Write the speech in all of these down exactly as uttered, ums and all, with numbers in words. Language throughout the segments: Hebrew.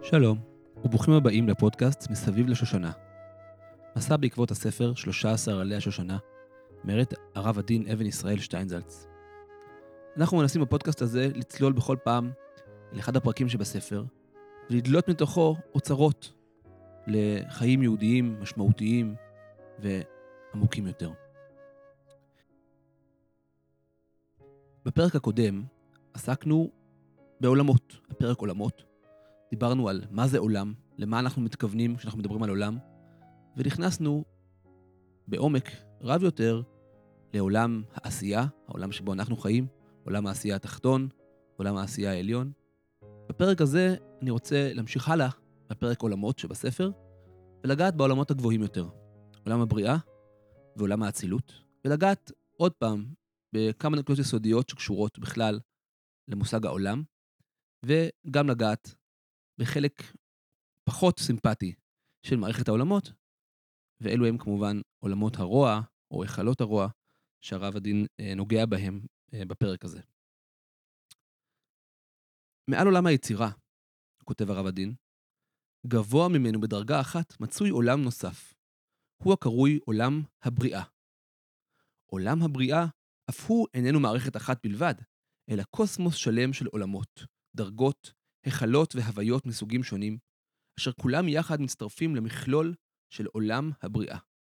שלום, וברוכים הבאים לפודקאסט מסביב לשושנה. מסע בעקבות הספר שלושה עשר עלי השושנה, מאת הרב הדין אבן ישראל שטיינזלץ. אנחנו מנסים בפודקאסט הזה לצלול בכל פעם לאחד הפרקים שבספר, ולדלות מתוכו אוצרות לחיים יהודיים, משמעותיים ועמוקים יותר. בפרק הקודם עסקנו בעולמות, בפרק עולמות. דיברנו על מה זה עולם, למה אנחנו מתכוונים כשאנחנו מדברים על עולם, ונכנסנו בעומק רב יותר לעולם העשייה, העולם שבו אנחנו חיים, עולם העשייה התחתון, עולם העשייה העליון. בפרק הזה אני רוצה להמשיך הלאה בפרק עולמות שבספר, ולגעת בעולמות הגבוהים יותר, עולם הבריאה ועולם האצילות, ולגעת עוד פעם בכמה נקודות יסודיות שקשורות בכלל למושג העולם, וגם לגעת בחלק פחות סימפטי של מערכת העולמות, ואלו הם כמובן עולמות הרוע, או היכלות הרוע, שהרב הדין נוגע בהם בפרק הזה. מעל עולם היצירה, כותב הרב הדין, גבוה ממנו בדרגה אחת מצוי עולם נוסף. הוא הקרוי עולם הבריאה. עולם הבריאה אף הוא איננו מערכת אחת בלבד, אלא קוסמוס שלם של עולמות, דרגות, היכלות והוויות מסוגים שונים, אשר כולם יחד מצטרפים למכלול של עולם הבריאה.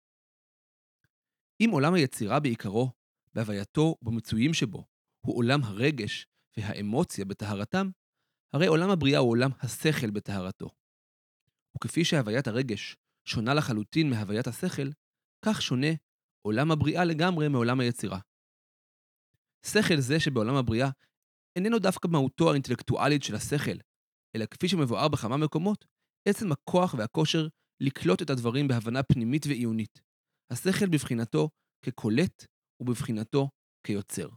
אם עולם היצירה בעיקרו, בהווייתו ובמצויים שבו, הוא עולם הרגש והאמוציה בטהרתם, הרי עולם הבריאה הוא עולם השכל בטהרתו. וכפי שהוויית הרגש שונה לחלוטין מהוויית השכל, כך שונה עולם הבריאה לגמרי מעולם היצירה. שכל זה שבעולם הבריאה איננו דווקא מהותו האינטלקטואלית של השכל, אלא כפי שמבואר בכמה מקומות, עצם הכוח והכושר לקלוט את הדברים בהבנה פנימית ועיונית. השכל בבחינתו כקולט ובבחינתו כיוצר.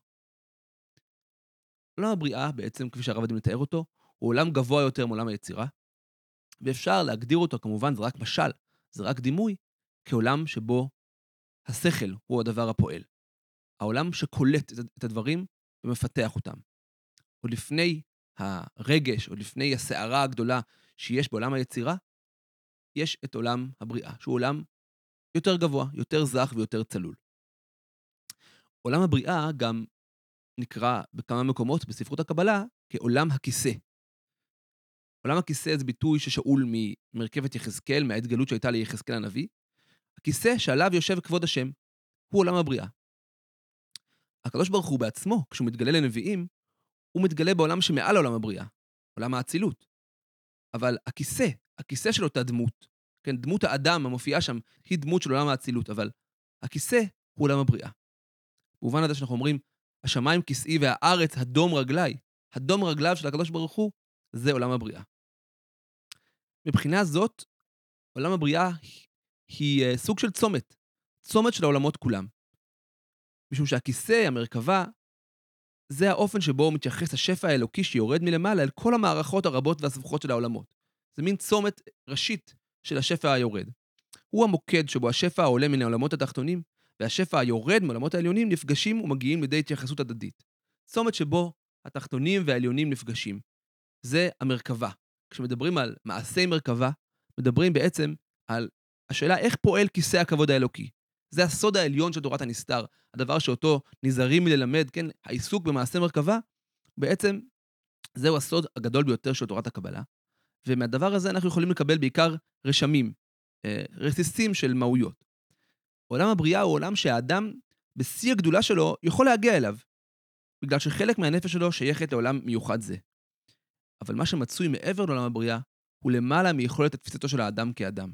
עולם הבריאה, בעצם כפי שהרב הדין מתאר אותו, הוא עולם גבוה יותר מעולם היצירה, ואפשר להגדיר אותו, כמובן זה רק משל, זה רק דימוי, כעולם שבו השכל הוא הדבר הפועל. העולם שקולט את הדברים ומפתח אותם. עוד לפני הרגש, עוד לפני הסערה הגדולה שיש בעולם היצירה, יש את עולם הבריאה, שהוא עולם יותר גבוה, יותר זך ויותר צלול. עולם הבריאה גם נקרא בכמה מקומות בספרות הקבלה כעולם הכיסא. עולם הכיסא זה ביטוי ששאול ממרכבת יחזקאל, מההתגלות שהייתה ליחזקאל הנביא. הכיסא שעליו יושב כבוד השם, הוא עולם הבריאה. הקדוש ברוך הוא בעצמו, כשהוא מתגלה לנביאים, הוא מתגלה בעולם שמעל עולם הבריאה, עולם האצילות. אבל הכיסא, הכיסא של אותה דמות, כן, דמות האדם המופיעה שם, היא דמות של עולם האצילות, אבל הכיסא הוא עולם הבריאה. במובן הזה שאנחנו אומרים, השמיים כיסאי והארץ הדום רגלי, הדום רגליו של הקדוש ברוך הוא, זה עולם הבריאה. מבחינה זאת, עולם הבריאה היא, היא סוג של צומת, צומת של העולמות כולם. משום שהכיסא, המרכבה, זה האופן שבו מתייחס השפע האלוקי שיורד מלמעלה אל כל המערכות הרבות והסבוכות של העולמות. זה מין צומת ראשית של השפע היורד. הוא המוקד שבו השפע העולה מן העולמות התחתונים, והשפע היורד מעולמות העליונים נפגשים ומגיעים לידי התייחסות הדדית. צומת שבו התחתונים והעליונים נפגשים. זה המרכבה. כשמדברים על מעשי מרכבה, מדברים בעצם על השאלה איך פועל כיסא הכבוד האלוקי. זה הסוד העליון של תורת הנסתר, הדבר שאותו נזהרים מללמד, כן, העיסוק במעשה מרכבה, בעצם זהו הסוד הגדול ביותר של תורת הקבלה, ומהדבר הזה אנחנו יכולים לקבל בעיקר רשמים, רסיסים של מהויות. עולם הבריאה הוא עולם שהאדם, בשיא הגדולה שלו, יכול להגיע אליו, בגלל שחלק מהנפש שלו שייכת לעולם מיוחד זה. אבל מה שמצוי מעבר לעולם הבריאה, הוא למעלה מיכולת התפיסתו של האדם כאדם.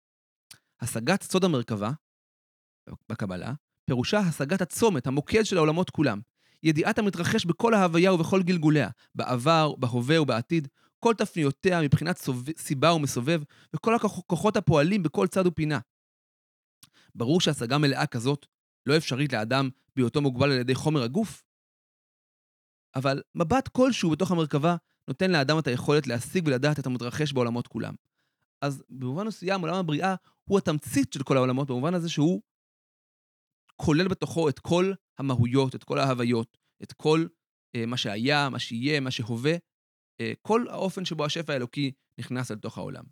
השגת סוד המרכבה, בקבלה, פירושה השגת הצומת, המוקד של העולמות כולם. ידיעת המתרחש בכל ההוויה ובכל גלגוליה, בעבר, בהווה ובעתיד, כל תפניותיה מבחינת סובב, סיבה ומסובב, וכל הכוחות הפועלים בכל צד ופינה. ברור שהשגה מלאה כזאת לא אפשרית לאדם בהיותו מוגבל על ידי חומר הגוף, אבל מבט כלשהו בתוך המרכבה נותן לאדם את היכולת להשיג ולדעת את המתרחש בעולמות כולם. אז במובן מסוים, עולם הבריאה הוא התמצית של כל העולמות, במובן הזה שהוא כולל בתוכו את כל המהויות, את כל ההוויות, את כל אה, מה שהיה, מה שיהיה, מה שהווה, אה, כל האופן שבו השפע האלוקי נכנס אל תוך העולם.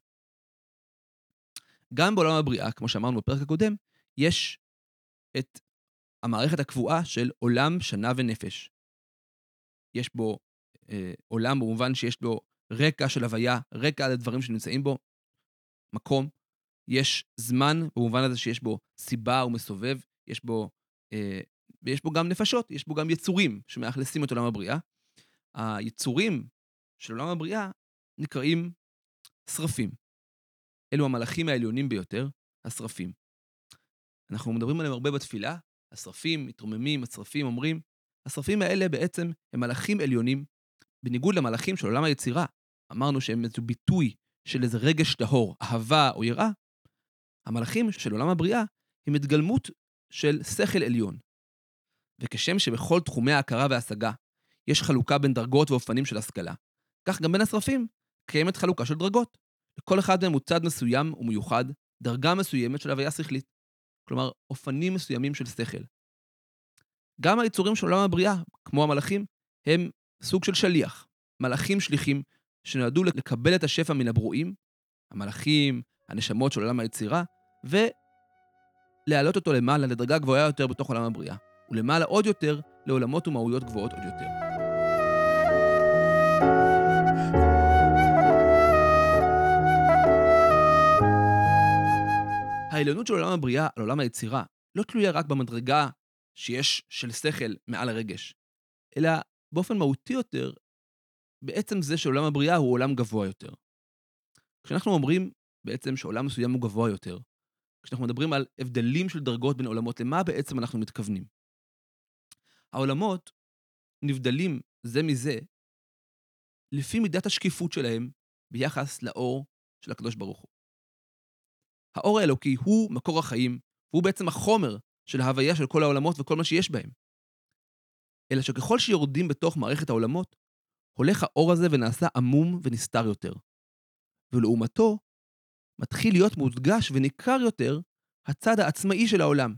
גם בעולם הבריאה, כמו שאמרנו בפרק הקודם, יש את המערכת הקבועה של עולם, שנה ונפש. יש בו אה, עולם במובן שיש בו רקע של הוויה, רקע לדברים שנמצאים בו, מקום. יש זמן במובן הזה שיש בו סיבה ומסובב, יש בו, אה, ויש בו גם נפשות, יש בו גם יצורים שמאכלסים את עולם הבריאה. היצורים של עולם הבריאה נקראים שרפים. אלו המלאכים העליונים ביותר, השרפים. אנחנו מדברים עליהם הרבה בתפילה, השרפים, מתרוממים, השרפים אומרים, השרפים האלה בעצם הם מלאכים עליונים, בניגוד למלאכים של עולם היצירה. אמרנו שהם איזו ביטוי של איזה רגש טהור, אהבה או יראה. המלאכים של עולם הבריאה הם התגלמות של שכל עליון. וכשם שבכל תחומי ההכרה וההשגה יש חלוקה בין דרגות ואופנים של השכלה, כך גם בין השרפים קיימת חלוקה של דרגות. לכל אחד מהם הוא צד מסוים ומיוחד, דרגה מסוימת של הוויה שכלית. כלומר, אופנים מסוימים של שכל. גם היצורים של עולם הבריאה, כמו המלאכים, הם סוג של שליח. מלאכים שליחים שנועדו לקבל את השפע מן הברואים, המלאכים, הנשמות של עולם היצירה, ולהעלות אותו למעלה, לדרגה גבוהה יותר בתוך עולם הבריאה, ולמעלה עוד יותר לעולמות ומהויות גבוהות עוד יותר. העליונות של עולם הבריאה על עולם היצירה לא תלויה רק במדרגה שיש של שכל מעל הרגש, אלא באופן מהותי יותר, בעצם זה שעולם הבריאה הוא עולם גבוה יותר. כשאנחנו אומרים בעצם שעולם מסוים הוא גבוה יותר, כשאנחנו מדברים על הבדלים של דרגות בין עולמות, למה בעצם אנחנו מתכוונים? העולמות נבדלים זה מזה לפי מידת השקיפות שלהם ביחס לאור של הקדוש ברוך הוא. האור האלוקי הוא מקור החיים, והוא בעצם החומר של ההוויה של כל העולמות וכל מה שיש בהם. אלא שככל שיורדים בתוך מערכת העולמות, הולך האור הזה ונעשה עמום ונסתר יותר. ולעומתו, מתחיל להיות מודגש וניכר יותר הצד העצמאי של העולם.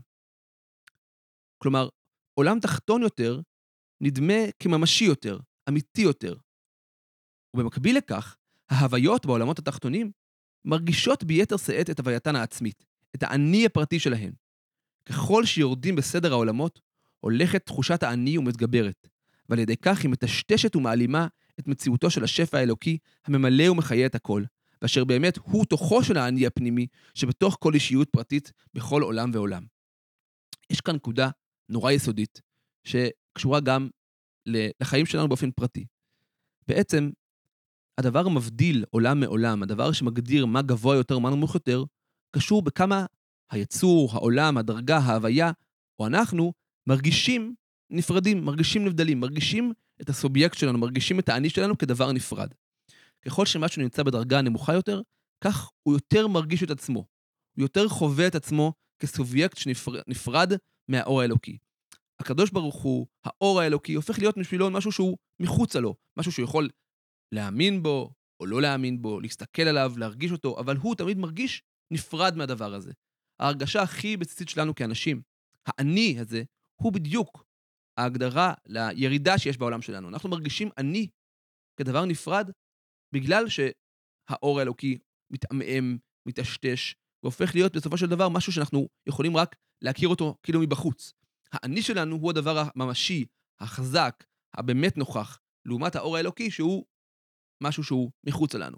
כלומר, עולם תחתון יותר נדמה כממשי יותר, אמיתי יותר. ובמקביל לכך, ההוויות בעולמות התחתונים מרגישות ביתר שאת את הווייתן העצמית, את האני הפרטי שלהן. ככל שיורדים בסדר העולמות, הולכת תחושת האני ומתגברת, ועל ידי כך היא מטשטשת ומעלימה את מציאותו של השפע האלוקי הממלא ומחיה את הכל, ואשר באמת הוא תוכו של האני הפנימי שבתוך כל אישיות פרטית בכל עולם ועולם. יש כאן נקודה נורא יסודית, שקשורה גם לחיים שלנו באופן פרטי. בעצם, הדבר המבדיל עולם מעולם, הדבר שמגדיר מה גבוה יותר, מה נמוך יותר, קשור בכמה היצור, העולם, הדרגה, ההוויה, או אנחנו מרגישים נפרדים, מרגישים נבדלים, מרגישים את הסובייקט שלנו, מרגישים את האני שלנו כדבר נפרד. ככל שמשהו נמצא בדרגה הנמוכה יותר, כך הוא יותר מרגיש את עצמו. הוא יותר חווה את עצמו כסובייקט שנפרד מהאור האלוקי. הקדוש ברוך הוא, האור האלוקי, הופך להיות בשבילו משהו שהוא מחוץ לו, משהו שהוא יכול להאמין בו, או לא להאמין בו, להסתכל עליו, להרגיש אותו, אבל הוא תמיד מרגיש נפרד מהדבר הזה. ההרגשה הכי בסיסית שלנו כאנשים, האני הזה, הוא בדיוק ההגדרה לירידה שיש בעולם שלנו. אנחנו מרגישים אני כדבר נפרד, בגלל שהאור האלוקי מתעמם, מתשתש, והופך להיות בסופו של דבר משהו שאנחנו יכולים רק להכיר אותו כאילו מבחוץ. האני שלנו הוא הדבר הממשי, החזק, הבאמת נוכח, לעומת האור האלוקי שהוא משהו שהוא מחוץ לנו.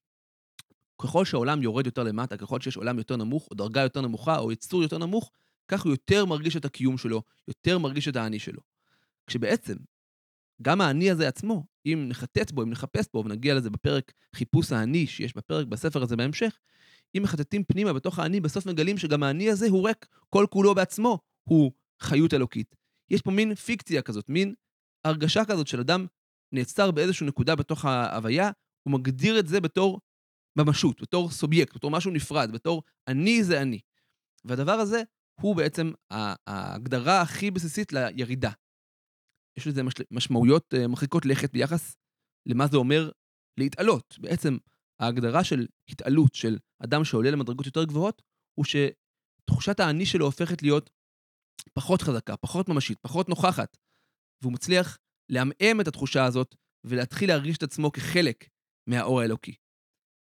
ככל שהעולם יורד יותר למטה, ככל שיש עולם יותר נמוך, או דרגה יותר נמוכה, או יצור יותר נמוך, כך הוא יותר מרגיש את הקיום שלו, יותר מרגיש את האני שלו. כשבעצם, גם האני הזה עצמו, אם נחטט בו, אם נחפש בו, ונגיע לזה בפרק חיפוש האני, שיש בפרק בספר הזה בהמשך, אם מחטטים פנימה בתוך האני, בסוף מגלים שגם האני הזה הוא ריק, כל כולו בעצמו הוא חיות אלוקית. יש פה מין פיקציה כזאת, מין הרגשה כזאת של אדם נעצר באיזושהי נקודה בתוך ההוויה, הוא מגדיר את זה בתור ממשות, בתור סובייקט, בתור משהו נפרד, בתור אני זה אני. והדבר הזה הוא בעצם ההגדרה הכי בסיסית לירידה. יש לזה משמעויות מרחיקות לכת ביחס למה זה אומר להתעלות. בעצם ההגדרה של התעלות של אדם שעולה למדרגות יותר גבוהות, הוא שתחושת האני שלו הופכת להיות פחות חזקה, פחות ממשית, פחות נוכחת, והוא מצליח לעמעם את התחושה הזאת, ולהתחיל להרגיש את עצמו כחלק מהאור האלוקי.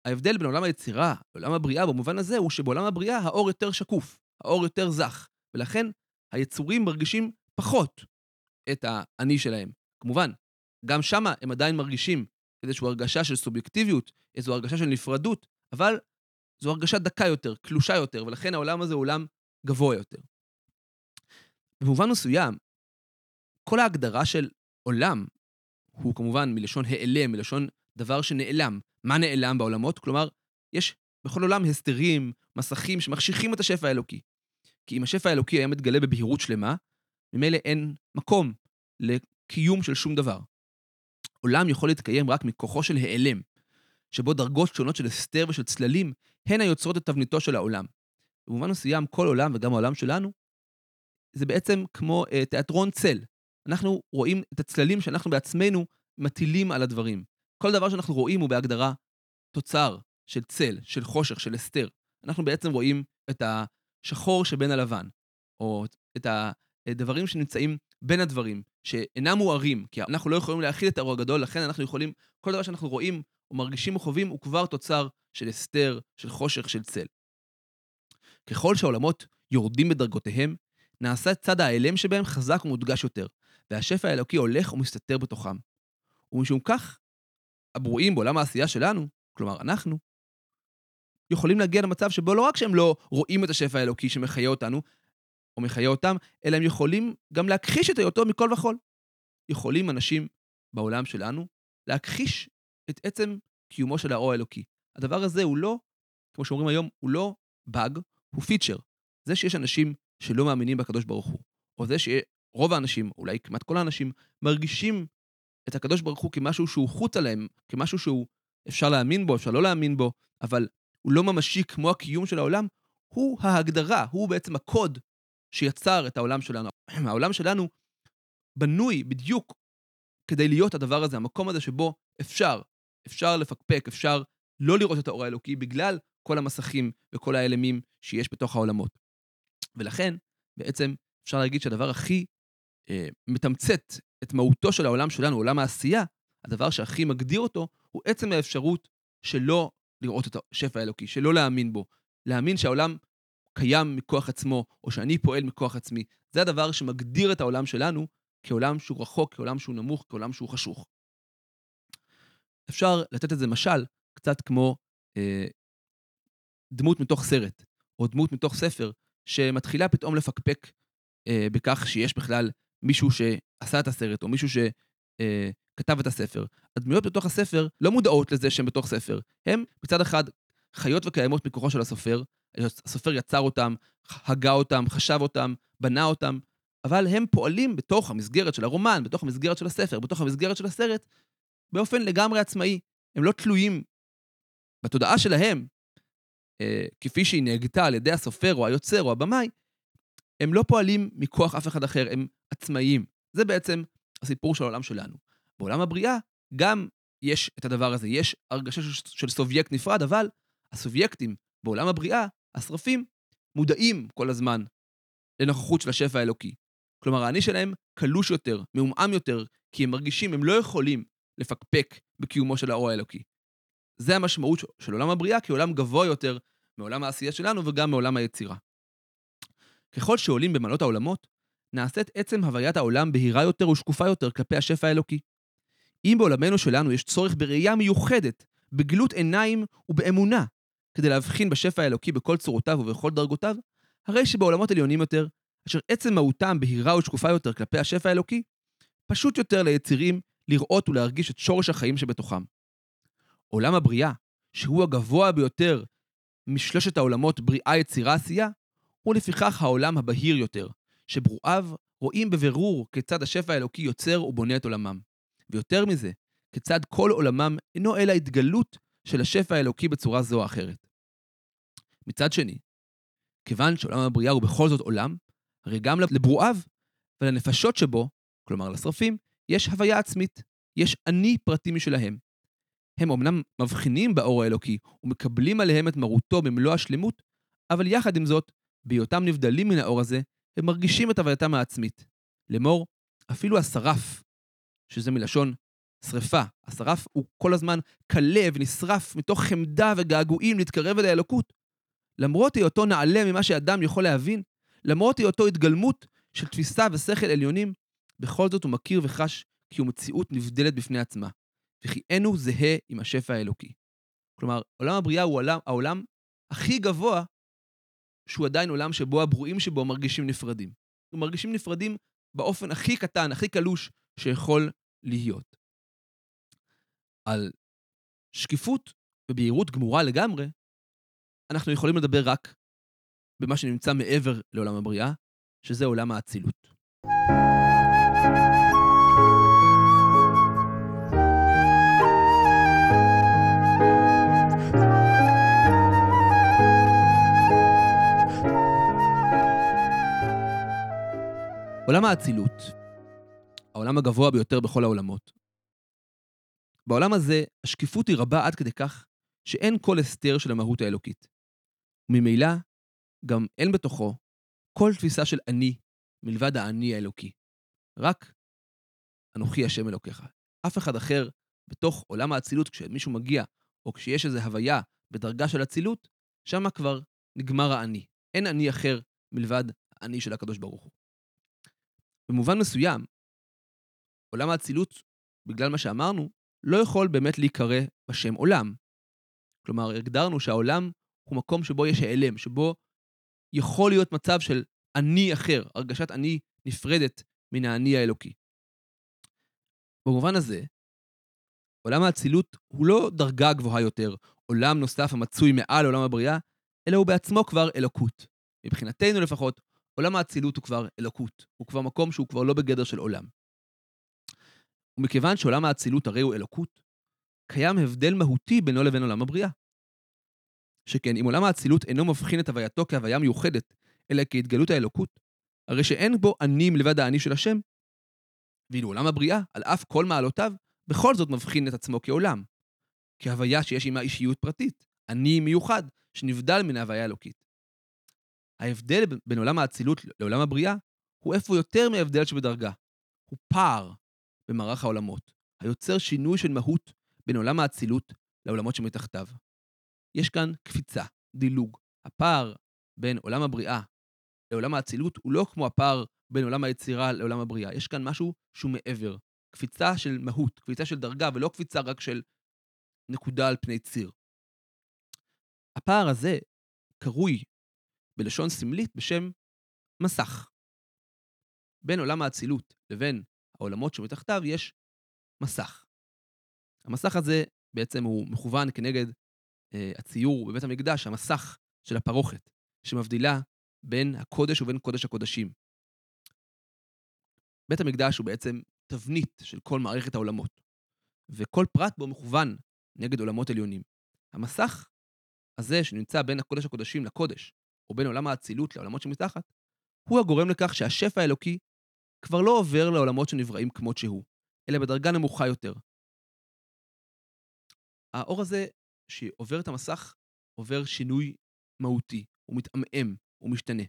ההבדל בין עולם היצירה לעולם הבריאה במובן הזה הוא שבעולם הבריאה האור יותר שקוף, האור יותר זך, ולכן היצורים מרגישים פחות את האני שלהם. כמובן, גם שמה הם עדיין מרגישים איזושהי הרגשה של סובייקטיביות, איזו הרגשה של נפרדות, אבל זו הרגשה דקה יותר, קלושה יותר, ולכן העולם הזה הוא עולם גבוה יותר. במובן מסוים, כל ההגדרה של עולם הוא כמובן מלשון העלם, מלשון דבר שנעלם. מה נעלם בעולמות? כלומר, יש בכל עולם הסתרים, מסכים שמחשיכים את השפע האלוקי. כי אם השפע האלוקי היה מתגלה בבהירות שלמה, ממילא אין מקום לקיום של שום דבר. עולם יכול להתקיים רק מכוחו של העלם, שבו דרגות שונות של הסתר ושל צללים הן היוצרות את תבניתו של העולם. במובן מסוים, כל עולם וגם העולם שלנו, זה בעצם כמו uh, תיאטרון צל. אנחנו רואים את הצללים שאנחנו בעצמנו מטילים על הדברים. כל דבר שאנחנו רואים הוא בהגדרה תוצר של צל, של חושך, של הסתר. אנחנו בעצם רואים את השחור שבין הלבן, או את הדברים שנמצאים בין הדברים, שאינם מוארים, כי אנחנו לא יכולים להכיל את האור הגדול, לכן אנחנו יכולים, כל דבר שאנחנו רואים או מרגישים או חווים, הוא כבר תוצר של הסתר, של חושך, של צל. ככל שהעולמות יורדים בדרגותיהם, נעשה צד האלם שבהם חזק ומודגש יותר, והשפע האלוקי הולך ומסתתר בתוכם. ומשום כך, הברואים בעולם העשייה שלנו, כלומר אנחנו, יכולים להגיע למצב שבו לא רק שהם לא רואים את השפע האלוקי שמחיה אותנו, או מחיה אותם, אלא הם יכולים גם להכחיש את היותו מכל וכל. יכולים אנשים בעולם שלנו להכחיש את עצם קיומו של האור האלוקי. הדבר הזה הוא לא, כמו שאומרים היום, הוא לא באג, הוא פיצ'ר. זה שיש אנשים שלא מאמינים בקדוש ברוך הוא, או זה שרוב האנשים, אולי כמעט כל האנשים, מרגישים את הקדוש ברוך הוא כמשהו שהוא חוץ עליהם, כמשהו שהוא אפשר להאמין בו, אפשר לא להאמין בו, אבל הוא לא ממשי כמו הקיום של העולם, הוא ההגדרה, הוא בעצם הקוד שיצר את העולם שלנו. העולם שלנו בנוי בדיוק כדי להיות הדבר הזה, המקום הזה שבו אפשר, אפשר לפקפק, אפשר לא לראות את האור האלוקי, בגלל כל המסכים וכל האלמים שיש בתוך העולמות. ולכן, בעצם אפשר להגיד שהדבר הכי אה, מתמצת את מהותו של העולם שלנו, עולם העשייה, הדבר שהכי מגדיר אותו, הוא עצם האפשרות שלא לראות את השפע האלוקי, שלא להאמין בו, להאמין שהעולם קיים מכוח עצמו, או שאני פועל מכוח עצמי. זה הדבר שמגדיר את העולם שלנו כעולם שהוא רחוק, כעולם שהוא נמוך, כעולם שהוא חשוך. אפשר לתת את זה משל, קצת כמו אה, דמות מתוך סרט, או דמות מתוך ספר, שמתחילה פתאום לפקפק אה, בכך שיש בכלל מישהו שעשה את הסרט, או מישהו שכתב אה, את הספר. הדמויות בתוך הספר לא מודעות לזה שהן בתוך ספר. הן מצד אחד חיות וקיימות מכוחו של הסופר, הסופר יצר אותם, הגה אותם, חשב אותם, בנה אותם, אבל הם פועלים בתוך המסגרת של הרומן, בתוך המסגרת של הספר, בתוך המסגרת של הסרט, באופן לגמרי עצמאי. הם לא תלויים בתודעה שלהם, אה, כפי שהיא נהגתה על ידי הסופר או היוצר או הבמאי, הם לא פועלים מכוח אף אחד אחר, הם עצמאיים. זה בעצם הסיפור של העולם שלנו. בעולם הבריאה גם יש את הדבר הזה, יש הרגשה של סובייקט נפרד, אבל הסובייקטים בעולם הבריאה, השרפים, מודעים כל הזמן לנוכחות של השפע האלוקי. כלומר, האני שלהם קלוש יותר, מעומעם יותר, כי הם מרגישים, הם לא יכולים לפקפק בקיומו של האור האלוקי. זה המשמעות של עולם הבריאה, כעולם גבוה יותר מעולם העשייה שלנו וגם מעולם היצירה. ככל שעולים במעלות העולמות, נעשית עצם הוויית העולם בהירה יותר ושקופה יותר כלפי השפע האלוקי. אם בעולמנו שלנו יש צורך בראייה מיוחדת, בגלות עיניים ובאמונה, כדי להבחין בשפע האלוקי בכל צורותיו ובכל דרגותיו, הרי שבעולמות עליונים יותר, אשר עצם מהותם בהירה ושקופה יותר כלפי השפע האלוקי, פשוט יותר ליצירים לראות ולהרגיש את שורש החיים שבתוכם. עולם הבריאה, שהוא הגבוה ביותר משלושת העולמות בריאה, יצירה, עשייה, הוא לפיכך העולם הבהיר יותר, שברואיו רואים בבירור כיצד השפע האלוקי יוצר ובונה את עולמם. ויותר מזה, כיצד כל עולמם אינו אלא התגלות של השפע האלוקי בצורה זו או אחרת. מצד שני, כיוון שעולם הבריאה הוא בכל זאת עולם, הרי גם לברואיו ולנפשות שבו, כלומר לשרפים, יש הוויה עצמית, יש אני פרטי משלהם. הם אמנם מבחינים באור האלוקי ומקבלים עליהם את מרותו במלוא השלמות, אבל יחד עם זאת, בהיותם נבדלים מן האור הזה, הם מרגישים את הווייתם העצמית. לאמור, אפילו השרף, שזה מלשון שריפה. השרף הוא כל הזמן קלה ונשרף מתוך חמדה וגעגועים להתקרב אל האלוקות. למרות היותו נעלה ממה שאדם יכול להבין, למרות היותו התגלמות של תפיסה ושכל עליונים, בכל זאת הוא מכיר וחש כי הוא מציאות נבדלת בפני עצמה, וכי אינו זהה עם השפע האלוקי. כלומר, עולם הבריאה הוא העולם, העולם הכי גבוה, שהוא עדיין עולם שבו הברואים שבו מרגישים נפרדים. הם מרגישים נפרדים באופן הכי קטן, הכי קלוש שיכול להיות. על שקיפות ובהירות גמורה לגמרי, אנחנו יכולים לדבר רק במה שנמצא מעבר לעולם הבריאה, שזה עולם האצילות. עולם האצילות, העולם הגבוה ביותר בכל העולמות. בעולם הזה, השקיפות היא רבה עד כדי כך שאין כל הסתר של המהות האלוקית. וממילא, גם אין בתוכו כל תפיסה של אני מלבד האני האלוקי. רק אנוכי השם אלוקיך. אף אחד אחר בתוך עולם האצילות, כשמישהו מגיע, או כשיש איזו הוויה בדרגה של אצילות, שמה כבר נגמר האני. אין אני אחר מלבד האני של הקדוש ברוך הוא. במובן מסוים, עולם האצילות, בגלל מה שאמרנו, לא יכול באמת להיקרא בשם עולם. כלומר, הגדרנו שהעולם הוא מקום שבו יש העלם, שבו יכול להיות מצב של אני אחר, הרגשת אני נפרדת מן האני האלוקי. במובן הזה, עולם האצילות הוא לא דרגה גבוהה יותר, עולם נוסף המצוי מעל עולם הבריאה, אלא הוא בעצמו כבר אלוקות. מבחינתנו לפחות, עולם האצילות הוא כבר אלוקות, הוא כבר מקום שהוא כבר לא בגדר של עולם. ומכיוון שעולם האצילות הרי הוא אלוקות, קיים הבדל מהותי בינו לבין עולם הבריאה. שכן אם עולם האצילות אינו מבחין את הווייתו כהוויה מיוחדת, אלא כהתגלות האלוקות, הרי שאין בו אני מלבד האני של השם, ואילו עולם הבריאה, על אף כל מעלותיו, בכל זאת מבחין את עצמו כעולם, כהוויה שיש עימה אישיות פרטית, אני מיוחד, שנבדל מן ההוויה האלוקית. ההבדל בין עולם האצילות לעולם הבריאה, הוא איפה יותר מהבדל שבדרגה. הוא פער במערך העולמות, היוצר שינוי של מהות בין עולם האצילות לעולמות שמתחתיו. יש כאן קפיצה, דילוג. הפער בין עולם הבריאה לעולם האצילות הוא לא כמו הפער בין עולם היצירה לעולם הבריאה. יש כאן משהו שהוא מעבר. קפיצה של מהות, קפיצה של דרגה, ולא קפיצה רק של נקודה על פני ציר. הפער הזה קרוי בלשון סמלית בשם מסך. בין עולם האצילות לבין העולמות שמתחתיו יש מסך. המסך הזה בעצם הוא מכוון כנגד אה, הציור בבית המקדש, המסך של הפרוכת, שמבדילה בין הקודש ובין קודש הקודשים. בית המקדש הוא בעצם תבנית של כל מערכת העולמות, וכל פרט בו מכוון נגד עולמות עליונים. המסך הזה שנמצא בין הקודש הקודשים לקודש, או בין עולם האצילות לעולמות שמתחת, הוא הגורם לכך שהשפע האלוקי כבר לא עובר לעולמות שנבראים כמות שהוא, אלא בדרגה נמוכה יותר. האור הזה שעובר את המסך עובר שינוי מהותי, הוא מתעמעם, הוא משתנה.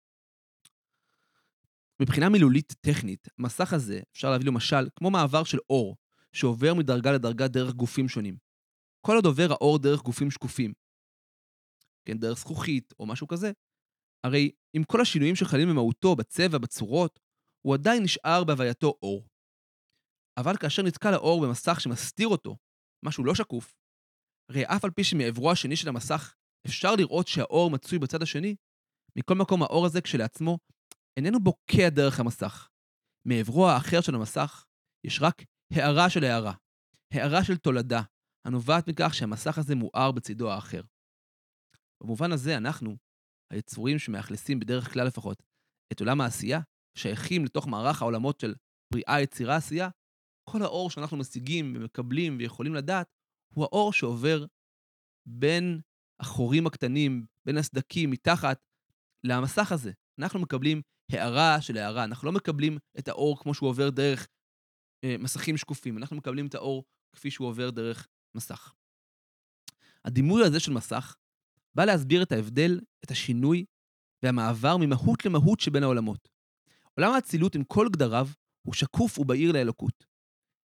מבחינה מילולית טכנית, המסך הזה אפשר להביא לו משל כמו מעבר של אור, שעובר מדרגה לדרגה דרך גופים שונים. כל עוד עובר האור דרך גופים שקופים, כן, דרך זכוכית או משהו כזה, הרי עם כל השינויים שחלים במהותו, בצבע, בצורות, הוא עדיין נשאר בהווייתו אור. אבל כאשר נתקל האור במסך שמסתיר אותו, משהו לא שקוף, הרי אף על פי שמעברו השני של המסך אפשר לראות שהאור מצוי בצד השני, מכל מקום האור הזה כשלעצמו איננו בוקע דרך המסך. מעברו האחר של המסך יש רק הערה של הערה, הערה של תולדה, הנובעת מכך שהמסך הזה מואר בצידו האחר. במובן הזה אנחנו, היצורים שמאכלסים בדרך כלל לפחות את עולם העשייה, שייכים לתוך מערך העולמות של בריאה, יצירה, עשייה, כל האור שאנחנו משיגים ומקבלים ויכולים לדעת, הוא האור שעובר בין החורים הקטנים, בין הסדקים, מתחת למסך הזה. אנחנו מקבלים הערה של הערה, אנחנו לא מקבלים את האור כמו שהוא עובר דרך אה, מסכים שקופים, אנחנו מקבלים את האור כפי שהוא עובר דרך מסך. הדימוי הזה של מסך בא להסביר את ההבדל, את השינוי והמעבר ממהות למהות שבין העולמות. עולם האצילות עם כל גדריו הוא שקוף ובהיר לאלוקות.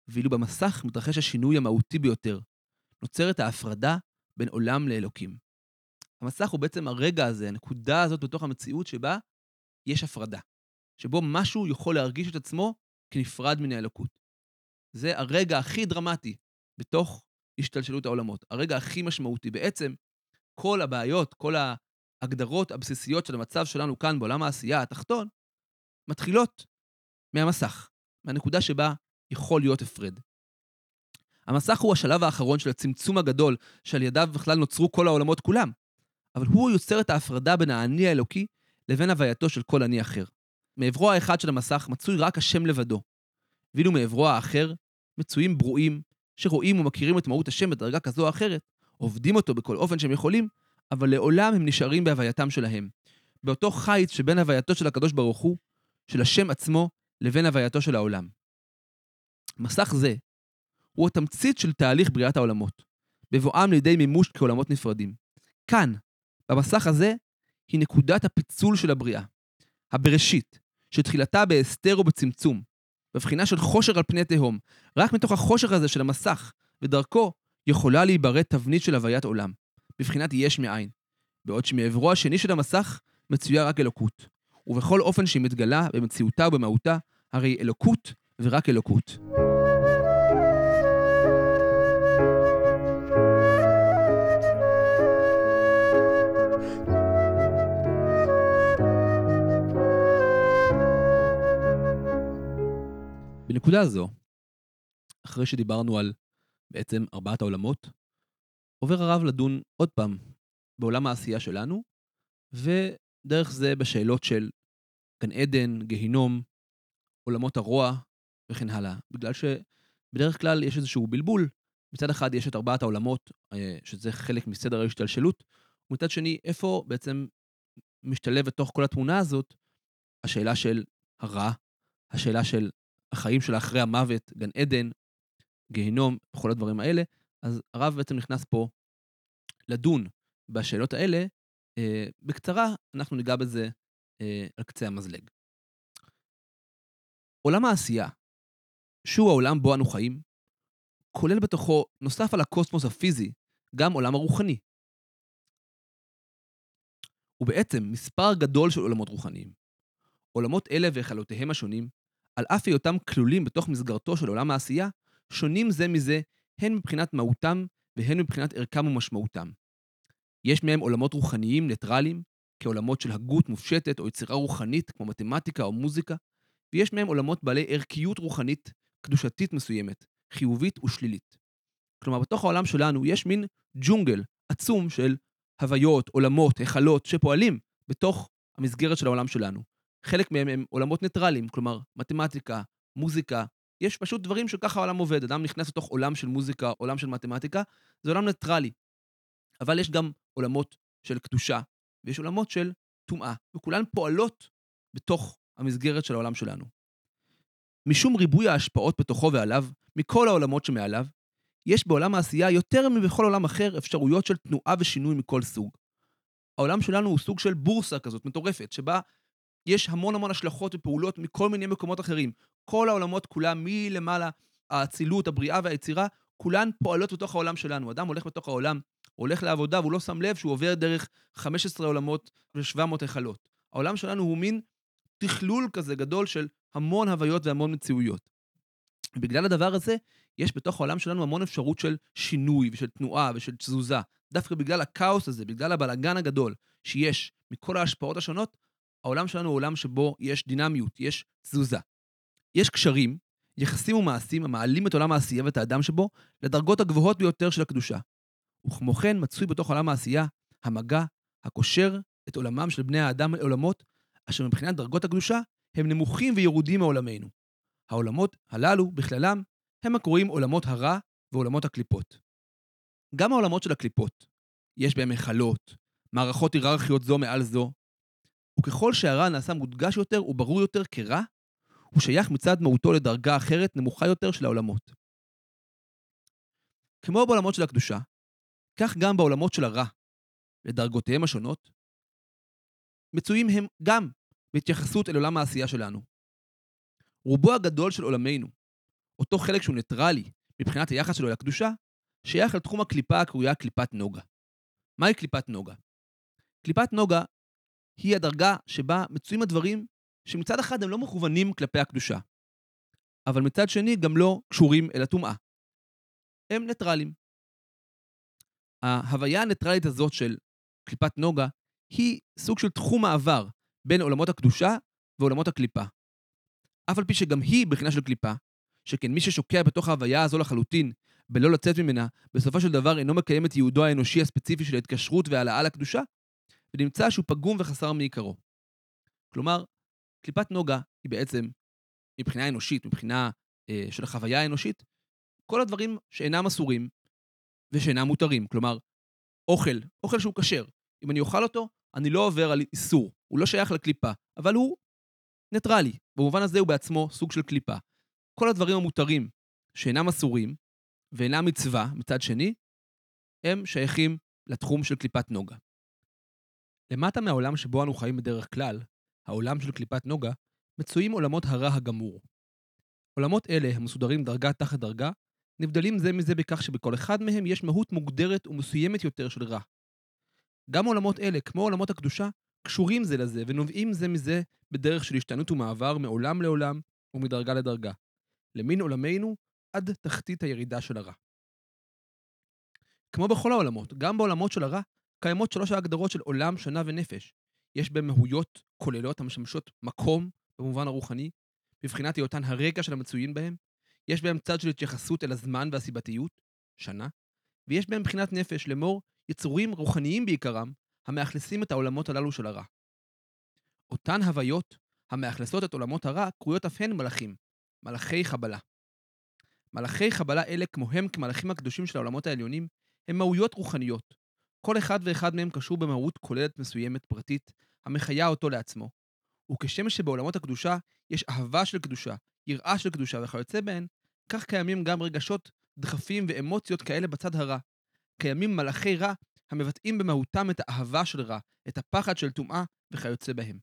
ואילו במסך מתרחש השינוי המהותי ביותר. נוצרת ההפרדה בין עולם לאלוקים. המסך הוא בעצם הרגע הזה, הנקודה הזאת בתוך המציאות שבה יש הפרדה. שבו משהו יכול להרגיש את עצמו כנפרד מן האלוקות. זה הרגע הכי דרמטי בתוך השתלשלות העולמות. הרגע הכי משמעותי. בעצם כל הבעיות, כל ההגדרות הבסיסיות של המצב שלנו כאן בעולם העשייה התחתון, מתחילות מהמסך, מהנקודה שבה יכול להיות הפרד. המסך הוא השלב האחרון של הצמצום הגדול שעל ידיו בכלל נוצרו כל העולמות כולם, אבל הוא יוצר את ההפרדה בין האני האלוקי לבין הווייתו של כל אני אחר. מעברו האחד של המסך מצוי רק השם לבדו, ואילו מעברו האחר מצויים ברואים שרואים ומכירים את מהות השם בדרגה כזו או אחרת, עובדים אותו בכל אופן שהם יכולים, אבל לעולם הם נשארים בהווייתם שלהם. באותו חיץ שבין הווייתו של הקדוש ברוך הוא, של השם עצמו, לבין הווייתו של העולם. מסך זה הוא התמצית של תהליך בריאת העולמות, בבואם לידי מימוש כעולמות נפרדים. כאן, במסך הזה, היא נקודת הפיצול של הבריאה, הבראשית, שתחילתה בהסתר ובצמצום, בבחינה של חושר על פני תהום. רק מתוך החושר הזה של המסך ודרכו יכולה להיברא תבנית של הוויית עולם, בבחינת יש מאין, בעוד שמעברו השני של המסך מצויה רק אלוקות, ובכל אופן שהיא מתגלה במציאותה ובמהותה, הרי אלוקות ורק אלוקות. בנקודה הזו, אחרי שדיברנו על בעצם ארבעת העולמות, עובר הרב לדון עוד פעם בעולם העשייה שלנו, ודרך זה בשאלות של גן עדן, גיהינום, עולמות הרוע וכן הלאה. בגלל שבדרך כלל יש איזשהו בלבול, מצד אחד יש את ארבעת העולמות, שזה חלק מסדר ההשתלשלות, ומצד שני, איפה בעצם משתלב בתוך כל התמונה הזאת, השאלה של הרע, השאלה של החיים של אחרי המוות, גן עדן, גיהינום, וכל הדברים האלה. אז הרב בעצם נכנס פה לדון בשאלות האלה. אה, בקצרה, אנחנו ניגע בזה אה, על קצה המזלג. עולם העשייה, שהוא העולם בו אנו חיים, כולל בתוכו, נוסף על הקוסמוס הפיזי, גם עולם הרוחני. ובעצם מספר גדול של עולמות רוחניים. עולמות אלה והיכלותיהם השונים, על אף היותם כלולים בתוך מסגרתו של עולם העשייה, שונים זה מזה, הן מבחינת מהותם והן מבחינת ערכם ומשמעותם. יש מהם עולמות רוחניים ניטרליים, כעולמות של הגות מופשטת או יצירה רוחנית כמו מתמטיקה או מוזיקה, ויש מהם עולמות בעלי ערכיות רוחנית, קדושתית מסוימת, חיובית ושלילית. כלומר, בתוך העולם שלנו יש מין ג'ונגל עצום של הוויות, עולמות, היכלות שפועלים בתוך המסגרת של העולם שלנו. חלק מהם הם עולמות ניטרליים, כלומר, מתמטיקה, מוזיקה, יש פשוט דברים שככה העולם עובד. אדם נכנס לתוך עולם של מוזיקה, עולם של מתמטיקה, זה עולם ניטרלי. אבל יש גם עולמות של קדושה, ויש עולמות של טומאה, וכולן פועלות בתוך המסגרת של העולם שלנו. משום ריבוי ההשפעות בתוכו ועליו, מכל העולמות שמעליו, יש בעולם העשייה יותר מבכל עולם אחר אפשרויות של תנועה ושינוי מכל סוג. העולם שלנו הוא סוג של בורסה כזאת מטורפת, שבה יש המון המון השלכות ופעולות מכל מיני מקומות אחרים. כל העולמות כולם מלמעלה, האצילות, הבריאה והיצירה, כולן פועלות בתוך העולם שלנו. אדם הולך בתוך העולם, הולך לעבודה, והוא לא שם לב שהוא עובר דרך חמש עשרה עולמות ו-שבע מאות היכלות. העולם שלנו הוא מין תכלול כזה גדול של המון הוויות והמון מציאויות. בגלל הדבר הזה, יש בתוך העולם שלנו המון אפשרות של שינוי ושל תנועה ושל תזוזה. דווקא בגלל הכאוס הזה, בגלל הבלגן הגדול שיש מכל ההשפעות השונות, העולם שלנו הוא עולם שבו יש דינמיות, יש תזוזה. יש קשרים, יחסים ומעשים המעלים את עולם העשייה ואת האדם שבו לדרגות הגבוהות ביותר של הקדושה. וכמו כן מצוי בתוך עולם העשייה המגע, הקושר את עולמם של בני האדם לעולמות, אשר מבחינת דרגות הקדושה הם נמוכים וירודים מעולמנו. העולמות הללו בכללם הם הקרואים עולמות הרע ועולמות הקליפות. גם העולמות של הקליפות, יש בהם היכלות, מערכות היררכיות זו מעל זו, וככל שהרע נעשה מודגש יותר וברור יותר כרע, הוא שייך מצד מהותו לדרגה אחרת נמוכה יותר של העולמות. כמו בעולמות של הקדושה, כך גם בעולמות של הרע, לדרגותיהם השונות, מצויים הם גם בהתייחסות אל עולם העשייה שלנו. רובו הגדול של עולמנו אותו חלק שהוא ניטרלי מבחינת היחס שלו לקדושה, שייך לתחום הקליפה הקרויה קליפת נוגה. מהי קליפת נוגה? קליפת נוגה היא הדרגה שבה מצויים הדברים שמצד אחד הם לא מכוונים כלפי הקדושה, אבל מצד שני גם לא קשורים אל הטומאה. הם ניטרלים. ההוויה הניטרלית הזאת של קליפת נוגה היא סוג של תחום מעבר בין עולמות הקדושה ועולמות הקליפה. אף על פי שגם היא בחינה של קליפה, שכן מי ששוקע בתוך ההוויה הזו לחלוטין, בלא לצאת ממנה, בסופו של דבר אינו מקיים את ייעודו האנושי הספציפי של ההתקשרות והעלאה לקדושה, ונמצא שהוא פגום וחסר מעיקרו. כלומר, קליפת נוגה היא בעצם, מבחינה אנושית, מבחינה אה, של החוויה האנושית, כל הדברים שאינם אסורים ושאינם מותרים. כלומר, אוכל, אוכל שהוא כשר. אם אני אוכל אותו, אני לא עובר על איסור. הוא לא שייך לקליפה, אבל הוא ניטרלי. במובן הזה הוא בעצמו סוג של קליפה. כל הדברים המותרים שאינם אסורים ואינם מצווה, מצד שני, הם שייכים לתחום של קליפת נוגה. למטה מהעולם שבו אנו חיים בדרך כלל, העולם של קליפת נוגה, מצויים עולמות הרע הגמור. עולמות אלה, המסודרים דרגה תחת דרגה, נבדלים זה מזה בכך שבכל אחד מהם יש מהות מוגדרת ומסוימת יותר של רע. גם עולמות אלה, כמו עולמות הקדושה, קשורים זה לזה ונובעים זה מזה בדרך של השתנות ומעבר מעולם לעולם ומדרגה לדרגה. למין עולמנו עד תחתית הירידה של הרע. כמו בכל העולמות, גם בעולמות של הרע, קיימות שלוש ההגדרות של עולם, שנה ונפש. יש בהם מהויות כוללות המשמשות מקום במובן הרוחני, בבחינת היותן הרקע של המצויים בהם. יש בהם צד של התייחסות אל הזמן והסיבתיות, שנה, ויש בהם בחינת נפש, לאמור, יצורים רוחניים בעיקרם, המאכלסים את העולמות הללו של הרע. אותן הוויות המאכלסות את עולמות הרע קרויות אף הן מלאכים, מלאכי חבלה. מלאכי חבלה אלה, כמוהם כמלאכים הקדושים של העולמות העליונים, הם מהויות רוחניות. כל אחד ואחד מהם קשור במהות כוללת מסוימת פרטית, המחיה אותו לעצמו. וכשם שבעולמות הקדושה יש אהבה של קדושה, יראה של קדושה וכיוצא בהן, כך קיימים גם רגשות, דחפים ואמוציות כאלה בצד הרע. קיימים מלאכי רע המבטאים במהותם את האהבה של רע, את הפחד של טומאה וכיוצא בהם.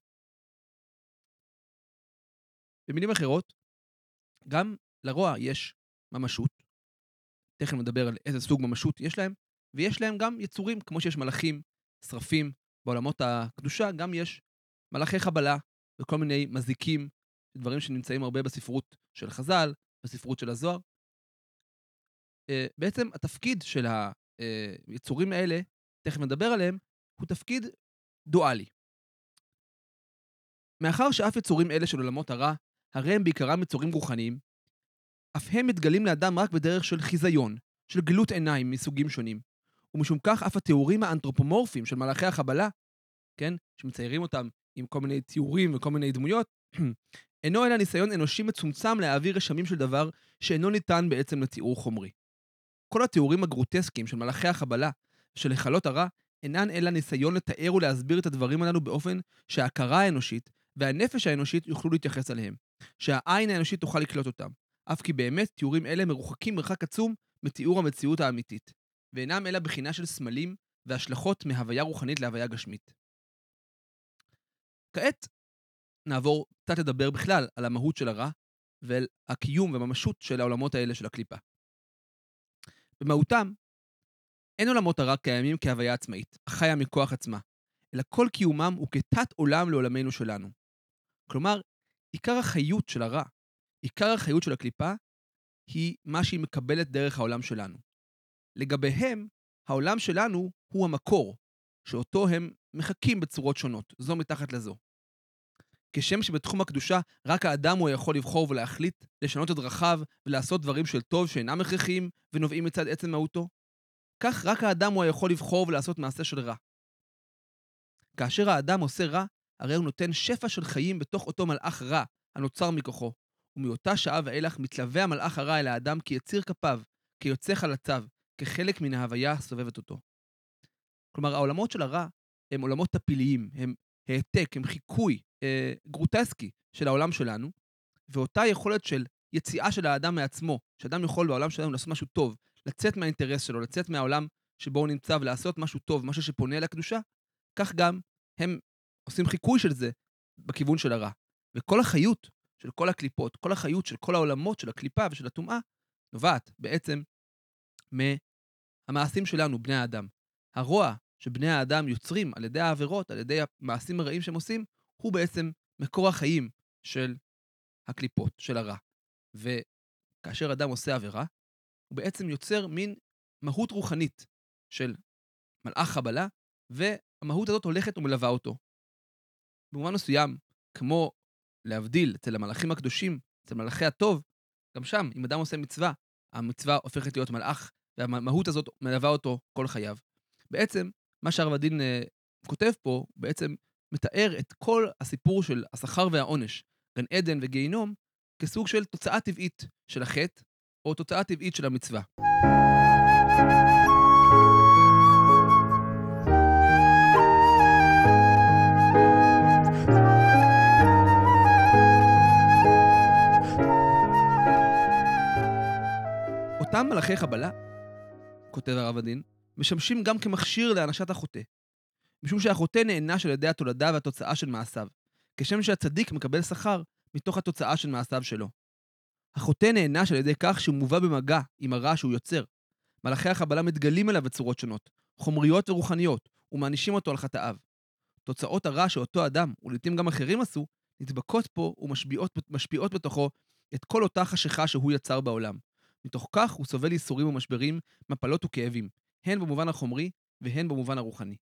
במילים אחרות, גם לרוע יש ממשות, תכף נדבר על איזה סוג ממשות יש להם, ויש להם גם יצורים, כמו שיש מלאכים, שרפים, בעולמות הקדושה גם יש מלאכי חבלה וכל מיני מזיקים, דברים שנמצאים הרבה בספרות של חז"ל, בספרות של הזוהר. בעצם התפקיד של היצורים האלה, תכף נדבר עליהם, הוא תפקיד דואלי. מאחר שאף יצורים אלה של עולמות הרע, הרי הם בעיקרם יצורים רוחניים, אף הם מתגלים לאדם רק בדרך של חיזיון, של גלות עיניים מסוגים שונים. ומשום כך אף התיאורים האנתרופומורפיים של מלאכי החבלה, כן, שמציירים אותם עם כל מיני תיאורים וכל מיני דמויות, אינו אלא ניסיון אנושי מצומצם להעביר רשמים של דבר שאינו ניתן בעצם לתיאור חומרי. כל התיאורים הגרוטסקיים של מלאכי החבלה ושל היכלות הרע אינן אלא ניסיון לתאר ולהסביר את הדברים הללו באופן שההכרה האנושית והנפש האנושית יוכלו להתייחס אליהם, שהעין האנושית תוכל לקלוט אותם, אף כי באמת תיאורים אלה מרוחקים מרחק עצום מתיאור המציאות האמיתית, ואינם אלא בחינה של סמלים והשלכות מהוויה רוחנית להוויה גשמית. כעת נעבור קצת לדבר בכלל על המהות של הרע ועל הקיום וממשות של העולמות האלה של הקליפה. במהותם, אין עולמות הרע קיימים כהוויה עצמאית, החיה מכוח עצמה, אלא כל קיומם הוא כתת עולם לעולמנו שלנו. כלומר, עיקר החיות של הרע, עיקר החיות של הקליפה, היא מה שהיא מקבלת דרך העולם שלנו. לגביהם, העולם שלנו הוא המקור, שאותו הם מחקים בצורות שונות, זו מתחת לזו. כשם שבתחום הקדושה רק האדם הוא יכול לבחור ולהחליט, לשנות את דרכיו ולעשות דברים של טוב שאינם הכרחיים ונובעים מצד עצם מהותו, כך רק האדם הוא יכול לבחור ולעשות מעשה של רע. כאשר האדם עושה רע, הרי הוא נותן שפע של חיים בתוך אותו מלאך רע הנוצר מכוחו, ומאותה שעה ואילך מתלווה המלאך הרע אל האדם כיציר כפיו, כיוצא חלציו, כחלק מן ההוויה הסובבת אותו. כלומר, העולמות של הרע הם עולמות טפיליים, הם העתק, הם חיקוי אה, גרוטסקי של העולם שלנו, ואותה יכולת של יציאה של האדם מעצמו, שאדם יכול בעולם שלנו לעשות משהו טוב, לצאת מהאינטרס שלו, לצאת מהעולם שבו הוא נמצא ולעשות משהו טוב, משהו שפונה לקדושה, כך גם הם עושים חיקוי של זה בכיוון של הרע. וכל החיות של כל הקליפות, כל החיות של כל העולמות של הקליפה ושל הטומאה, נובעת בעצם מהמעשים שלנו, בני האדם. הרוע שבני האדם יוצרים על ידי העבירות, על ידי המעשים הרעים שהם עושים, הוא בעצם מקור החיים של הקליפות, של הרע. וכאשר אדם עושה עבירה, הוא בעצם יוצר מין מהות רוחנית של מלאך חבלה, והמהות הזאת הולכת ומלווה אותו. במובן מסוים, כמו להבדיל אצל המלאכים הקדושים, אצל מלאכי הטוב, גם שם, אם אדם עושה מצווה, המצווה הופכת להיות מלאך, והמהות הזאת מלווה אותו כל חייו. בעצם, מה שהרב הדין אה, כותב פה, בעצם מתאר את כל הסיפור של השכר והעונש, גן עדן וגיהינום, כסוג של תוצאה טבעית של החטא, או תוצאה טבעית של המצווה. אותם מלאכי חבלה, כותב הרב הדין, משמשים גם כמכשיר להענשת החוטא, משום שהחוטא נענש על ידי התולדה והתוצאה של מעשיו, כשם שהצדיק מקבל שכר מתוך התוצאה של מעשיו שלו. החוטא נענש על ידי כך שהוא מובא במגע עם הרע שהוא יוצר. מלאכי החבלה מתגלים אליו בצורות שונות, חומריות ורוחניות, ומענישים אותו על חטאיו. תוצאות הרע שאותו אדם, ולעיתים גם אחרים עשו, נדבקות פה ומשפיעות משפיעות בתוכו את כל אותה חשיכה שהוא יצר בעולם. מתוך כך הוא סובל ייסורים ומשברים, מפלות וכאבים, הן במובן החומרי והן במובן הרוחני.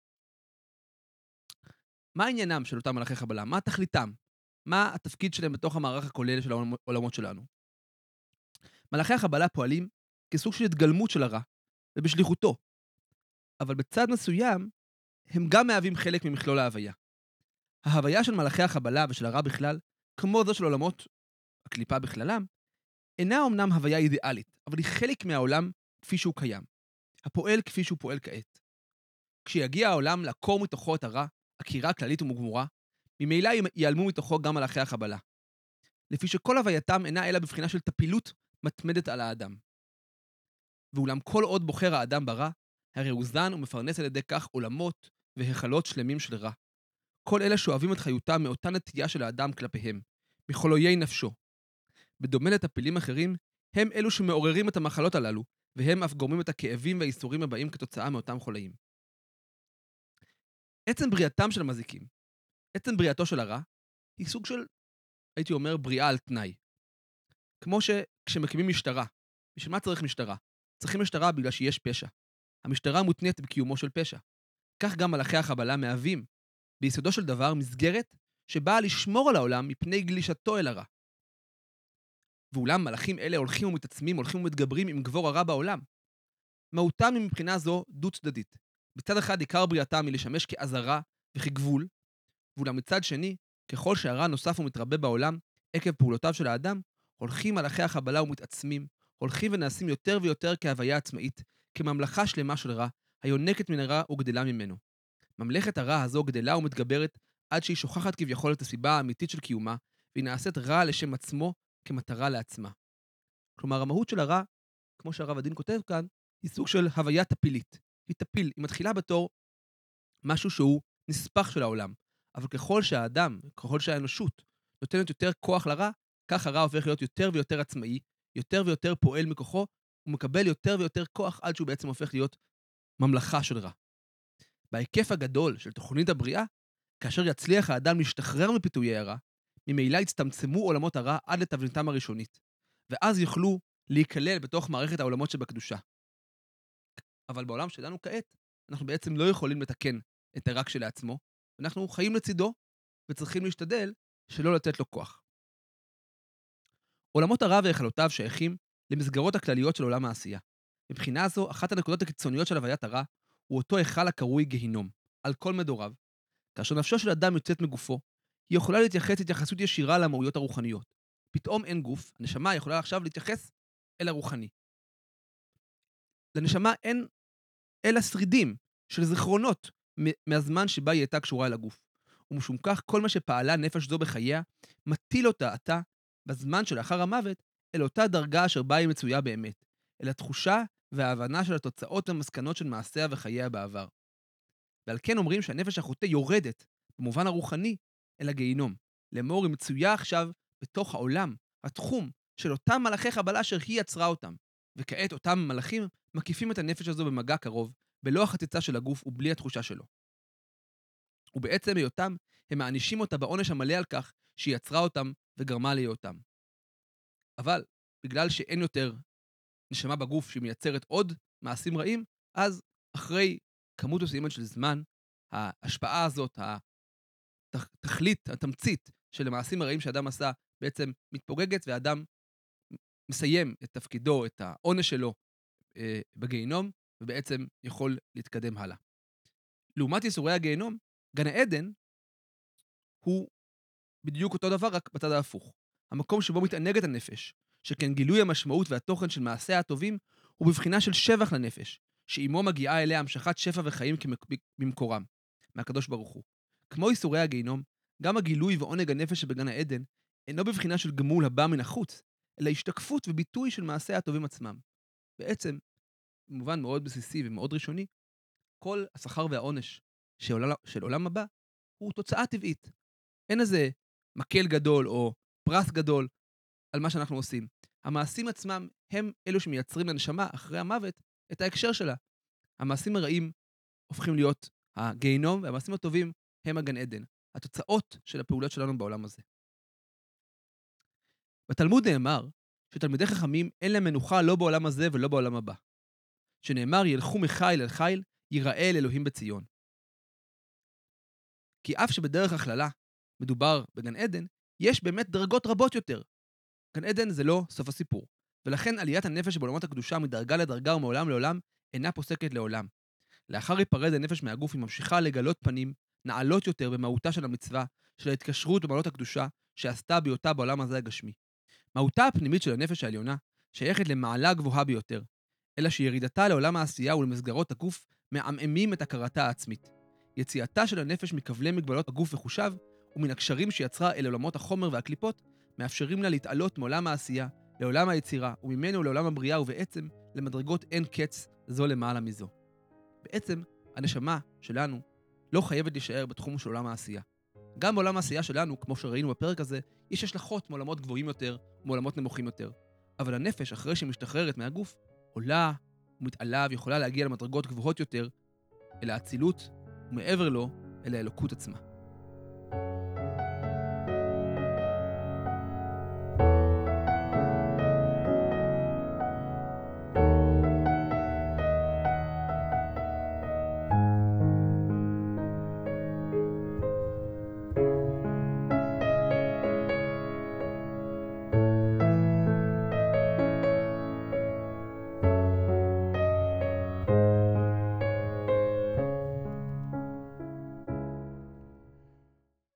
מה עניינם של אותם מלאכי חבלה? מה תכליתם? מה התפקיד שלהם בתוך המערך הכולל של העולמות שלנו? מלאכי החבלה פועלים כסוג של התגלמות של הרע, ובשליחותו. אבל בצד מסוים, הם גם מהווים חלק ממכלול ההוויה. ההוויה של מלאכי החבלה ושל הרע בכלל, כמו זו של עולמות הקליפה בכללם, אינה אומנם הוויה אידיאלית, אבל היא חלק מהעולם כפי שהוא קיים. הפועל כפי שהוא פועל כעת. כשיגיע העולם לעקור מתוכו את הרע, עקירה כללית ומגמורה, ממילא ייעלמו מתוכו גם מלאכי החבלה. לפי שכל הווייתם אינה אלא בבחינה של טפילות מתמדת על האדם. ואולם כל עוד בוחר האדם ברע, הרי הוא זן ומפרנס על ידי כך עולמות והיכלות שלמים של רע. כל אלה שואבים את חיותם מאותה נטייה של האדם כלפיהם, מחולויי נפשו. בדומה לטפילים אחרים, הם אלו שמעוררים את המחלות הללו, והם אף גורמים את הכאבים והאיסורים הבאים כתוצאה מאותם חולאים. עצם בריאתם של המזיקים, עצם בריאתו של הרע, היא סוג של, הייתי אומר, בריאה על תנאי. כמו שכשמקימים משטרה, בשביל מה צריך משטרה? צריכים משטרה בגלל שיש פשע. המשטרה מותנית בקיומו של פשע. כך גם מלאכי החבלה מהווים, ביסודו של דבר, מסגרת שבאה לשמור על העולם מפני גלישתו אל הרע. ואולם מלאכים אלה הולכים ומתעצמים, הולכים ומתגברים עם גבור הרע בעולם. מהותם היא מבחינה זו דו-צדדית. בצד אחד עיקר בריאתם היא לשמש כעזרה וכגבול, ואולם מצד שני, ככל שהרע נוסף ומתרבה בעולם, עקב פעולותיו של האדם, הולכים מלאכי החבלה ומתעצמים, הולכים ונעשים יותר ויותר כהוויה עצמאית, כממלכה שלמה של רע, היונקת מן הרע וגדלה ממנו. ממלכת הרע הזו גדלה ומתגברת עד שהיא שוכחת כביכול את הסיבה האמיתית של קיומה, והיא נעשית רע לשם עצמו כמטרה לעצמה. כלומר, המהות של הרע, כמו שהרב הדין כותב כאן, היא סוג של הוויה טפילית. היא טפיל, היא מתחילה בתור משהו שהוא נספח של העולם. אבל ככל שהאדם, ככל שהאנושות נותנת יותר כוח לרע, כך הרע הופך להיות יותר ויותר עצמאי, יותר ויותר פועל מכוחו, ומקבל יותר ויותר כוח עד שהוא בעצם הופך להיות ממלכה של רע. בהיקף הגדול של תוכנית הבריאה, כאשר יצליח האדם להשתחרר מפיתויי הרע, ממילא יצטמצמו עולמות הרע עד לתבניתם הראשונית, ואז יוכלו להיכלל בתוך מערכת העולמות שבקדושה. אבל בעולם שלנו כעת, אנחנו בעצם לא יכולים לתקן את הרע כשלעצמו, אנחנו חיים לצידו, וצריכים להשתדל שלא לתת לו כוח. עולמות הרע והיכלותיו שייכים למסגרות הכלליות של עולם העשייה. מבחינה זו, אחת הנקודות הקיצוניות של הוויית הרע, הוא אותו היכל הקרוי גיהינום, על כל מדוריו. כאשר נפשו של אדם יוצאת מגופו, היא יכולה להתייחס התייחסות ישירה למהויות הרוחניות. פתאום אין גוף, הנשמה יכולה עכשיו להתייחס אל הרוחני. לנשמה אין אלא שרידים של זיכרונות מהזמן שבה היא הייתה קשורה אל הגוף. ומשום כך, כל מה שפעלה נפש זו בחייה, מטיל אותה עתה, בזמן שלאחר המוות, אל אותה דרגה אשר בה היא מצויה באמת, אל התחושה וההבנה של התוצאות והמסקנות של מעשיה וחייה בעבר. ועל כן אומרים שהנפש החוטא יורדת, במובן הרוחני, אל הגיהינום. לאמור היא מצויה עכשיו בתוך העולם, התחום של אותם מלאכי חבלה שהיא יצרה אותם. וכעת אותם מלאכים מקיפים את הנפש הזו במגע קרוב, בלא החציצה של הגוף ובלי התחושה שלו. ובעצם היותם, הם מענישים אותה בעונש המלא על כך שהיא יצרה אותם וגרמה להיותם. אבל בגלל שאין יותר נשמה בגוף שהיא מייצרת עוד מעשים רעים, אז אחרי כמות מסוימת של זמן, ההשפעה הזאת, התכלית, התמצית של המעשים הרעים שאדם עשה, בעצם מתפוגגת, והאדם מסיים את תפקידו, את העונש שלו אה, בגיהינום, ובעצם יכול להתקדם הלאה. לעומת ייסורי הגיהינום, גן העדן הוא בדיוק אותו דבר, רק בצד ההפוך. המקום שבו מתענגת הנפש, שכן גילוי המשמעות והתוכן של מעשיה הטובים, הוא בבחינה של שבח לנפש, שעימו מגיעה אליה המשכת שפע וחיים במקורם, מהקדוש ברוך הוא. כמו ייסורי הגיהינום, גם הגילוי ועונג הנפש שבגן העדן, אינו בבחינה של גמול הבא מן החוץ, אלא השתקפות וביטוי של מעשיה הטובים עצמם. בעצם, במובן מאוד בסיסי ומאוד ראשוני, כל השכר והעונש של עולם, של עולם הבא, הוא תוצאה טבעית. אין איזה מקל גדול או פרס גדול על מה שאנחנו עושים. המעשים עצמם הם אלו שמייצרים לנשמה אחרי המוות את ההקשר שלה. המעשים הרעים הופכים להיות הגיהינום, והמעשים הטובים הם הגן עדן. התוצאות של הפעולות שלנו בעולם הזה. בתלמוד נאמר שתלמידי חכמים אין להם מנוחה לא בעולם הזה ולא בעולם הבא. שנאמר ילכו מחיל אל חיל, ייראה אל אלוהים בציון. כי אף שבדרך הכללה מדובר בגן עדן, יש באמת דרגות רבות יותר. גן עדן זה לא סוף הסיפור, ולכן עליית הנפש בעולמות הקדושה מדרגה לדרגה ומעולם לעולם אינה פוסקת לעולם. לאחר היפרד הנפש מהגוף היא ממשיכה לגלות פנים נעלות יותר במהותה של המצווה, של ההתקשרות במעלות הקדושה שעשתה בהיותה בעולם הזה הגשמי. מהותה הפנימית של הנפש העליונה שייכת למעלה גבוהה ביותר, אלא שירידתה לעולם העשייה ולמסגרות הגוף מעמעמים את הכרתה העצמית. יציאתה של הנפש מכבלי מגבלות הגוף וחושיו ומן הקשרים שיצרה אל עולמות החומר והקליפות, מאפשרים לה להתעלות מעולם העשייה לעולם היצירה וממנו לעולם הבריאה ובעצם למדרגות אין קץ זו למעלה מזו. בעצם הנשמה שלנו לא חייבת להישאר בתחום של עולם העשייה. גם בעולם העשייה שלנו, כמו שראינו בפרק הזה, יש השלכות מעולמות גבוהים יותר ומעולמות נמוכים יותר. אבל הנפש, אחרי שהיא משתחררת מהגוף, עולה ומתעלה ויכולה להגיע למדרגות גבוהות יותר, אל האצילות, ומעבר לו, אל האלוקות עצמה.